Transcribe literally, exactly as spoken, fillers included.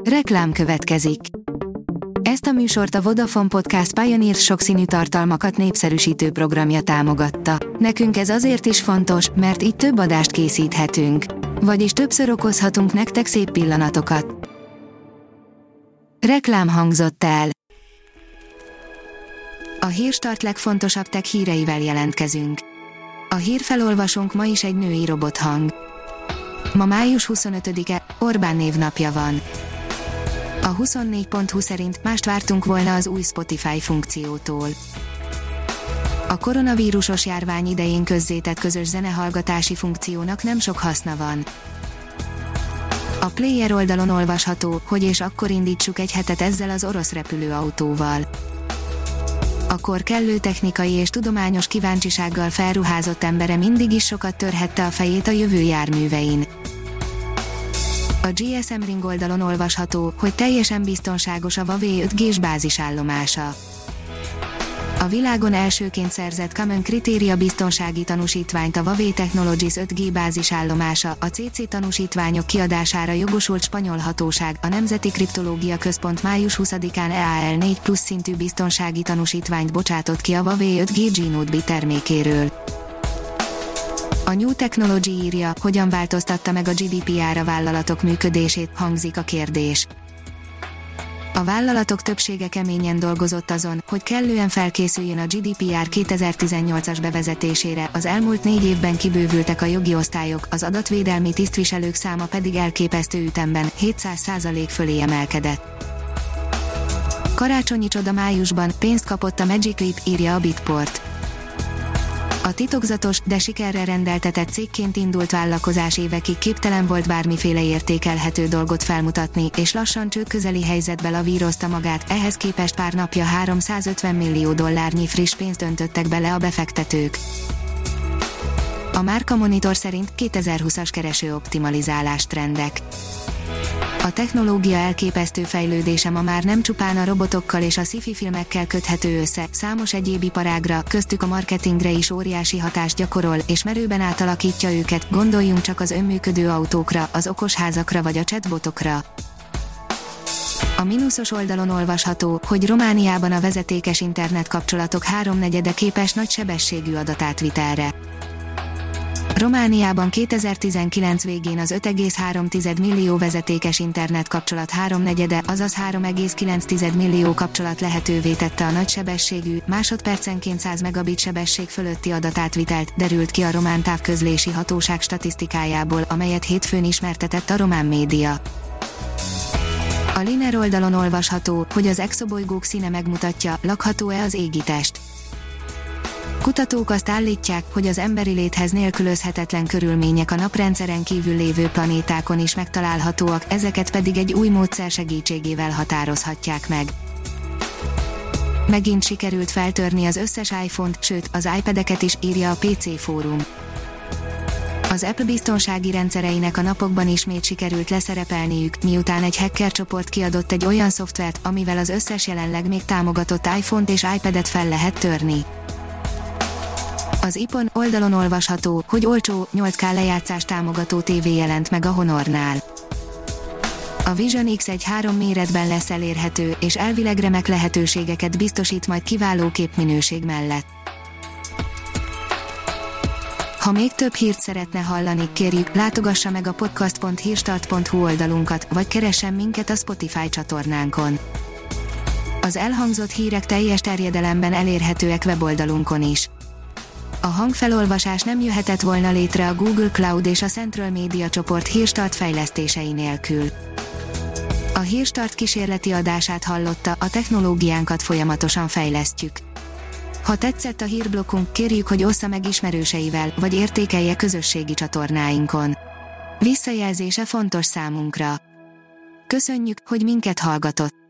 Reklám következik. Ezt a műsort a Vodafone Podcast Pioneer sokszínű tartalmakat népszerűsítő programja támogatta. Nekünk ez azért is fontos, mert így több adást készíthetünk. Vagyis többször okozhatunk nektek szép pillanatokat. Reklám hangzott el. A Hírstart legfontosabb tech híreivel jelentkezünk. A hírfelolvasónk ma is egy női robothang. Ma május huszonötödike, Orbán névnapja van. A huszonnégy pont hu szerint mást vártunk volna az új Spotify funkciótól. A koronavírusos járvány idején közzétett közös zenehallgatási funkciónak nem sok haszna van. A Player oldalon olvasható, hogy és akkor indítsuk egy hetet ezzel az orosz repülőautóval. A kor kellő technikai és tudományos kíváncsisággal felruházott embere mindig is sokat törhette a fejét a jövő járművein. A gé es em Ring oldalon olvasható, hogy teljesen biztonságos a Huawei öt G-s bázisállomása. A világon elsőként szerzett Common Criteria biztonsági tanúsítványt a Huawei Technologies öt G bázisállomása, a cé cé tanúsítványok kiadására jogosult spanyol hatóság, a Nemzeti Kriptológia Központ május huszadikán E A L négy plusz szintű biztonsági tanúsítványt bocsátott ki a Huawei öt G G-Note B termékéről. A New Technology írja, hogyan változtatta meg a gé dé pé er a vállalatok működését, hangzik a kérdés. A vállalatok többsége keményen dolgozott azon, hogy kellően felkészüljön a gé dé pé er kétezer-tizennyolcas bevezetésére, az elmúlt négy évben kibővültek a jogi osztályok, az adatvédelmi tisztviselők száma pedig elképesztő ütemben, hétszáz százalék fölé emelkedett. Karácsonyi csoda májusban, pénzt kapott a Magic Leap, írja a Bitport. A titokzatos, de sikerre rendeltetett cégként indult vállalkozás évekig képtelen volt bármiféle értékelhető dolgot felmutatni, és lassan csőd közeli helyzetbe lavírozta magát, ehhez képest pár napja háromszázötven millió dollárnyi friss pénzt öntöttek bele a befektetők. A Márka Monitor szerint kétezer-húszas kereső optimalizálás trendek. A technológia elképesztő fejlődése ma már nem csupán a robotokkal és a sci-fi filmekkel köthető össze, számos egyéb iparágra, köztük a marketingre is óriási hatást gyakorol, és merőben átalakítja őket, gondoljunk csak az önműködő autókra, az okosházakra vagy a chatbotokra. A mínuszos oldalon olvasható, hogy Romániában a vezetékes internetkapcsolatok háromnegyede képes nagy sebességű adatátvitelre. Romániában kétezer-tizenkilenc végén az öt egész három millió vezetékes internetkapcsolat háromnegyede, azaz három egész kilenc millió kapcsolat lehetővé tette a nagysebességű, másodpercenként száz megabit sebesség fölötti adatátvitelt, derült ki a román távközlési hatóság statisztikájából, amelyet hétfőn ismertetett a román média. A Liner oldalon olvasható, hogy az exobolygók színe megmutatja, lakható-e az égitest. Kutatók azt állítják, hogy az emberi léthez nélkülözhetetlen körülmények a naprendszeren kívül lévő planétákon is megtalálhatóak, ezeket pedig egy új módszer segítségével határozhatják meg. Megint sikerült feltörni az összes iPhone-t, sőt, az iPad-eket is, írja a pé cé Fórum. Az Apple biztonsági rendszereinek a napokban ismét sikerült leszerepelniük, miután egy hacker csoport kiadott egy olyan szoftvert, amivel az összes jelenleg még támogatott iPhone-t és iPad-et fel lehet törni. Az i pé o en oldalon olvasható, hogy olcsó, nyolc ká lejátszás támogató tévé jelent meg a Honornál. A Vision X egy három méretben lesz elérhető, és elvileg remek lehetőségeket biztosít majd kiváló képminőség mellett. Ha még több hírt szeretne hallani, kérjük, látogassa meg a podcast pont hírstart pont hu oldalunkat, vagy keressen minket a Spotify csatornánkon. Az elhangzott hírek teljes terjedelemben elérhetőek weboldalunkon is. A hangfelolvasás nem jöhetett volna létre a Google Cloud és a Central Media csoport Hírstart fejlesztései nélkül. A Hírstart kísérleti adását hallotta, a technológiánkat folyamatosan fejlesztjük. Ha tetszett a hírblokkunk, kérjük, hogy ossza meg ismerőseivel, vagy értékelje közösségi csatornáinkon. Visszajelzése fontos számunkra. Köszönjük, hogy minket hallgatott!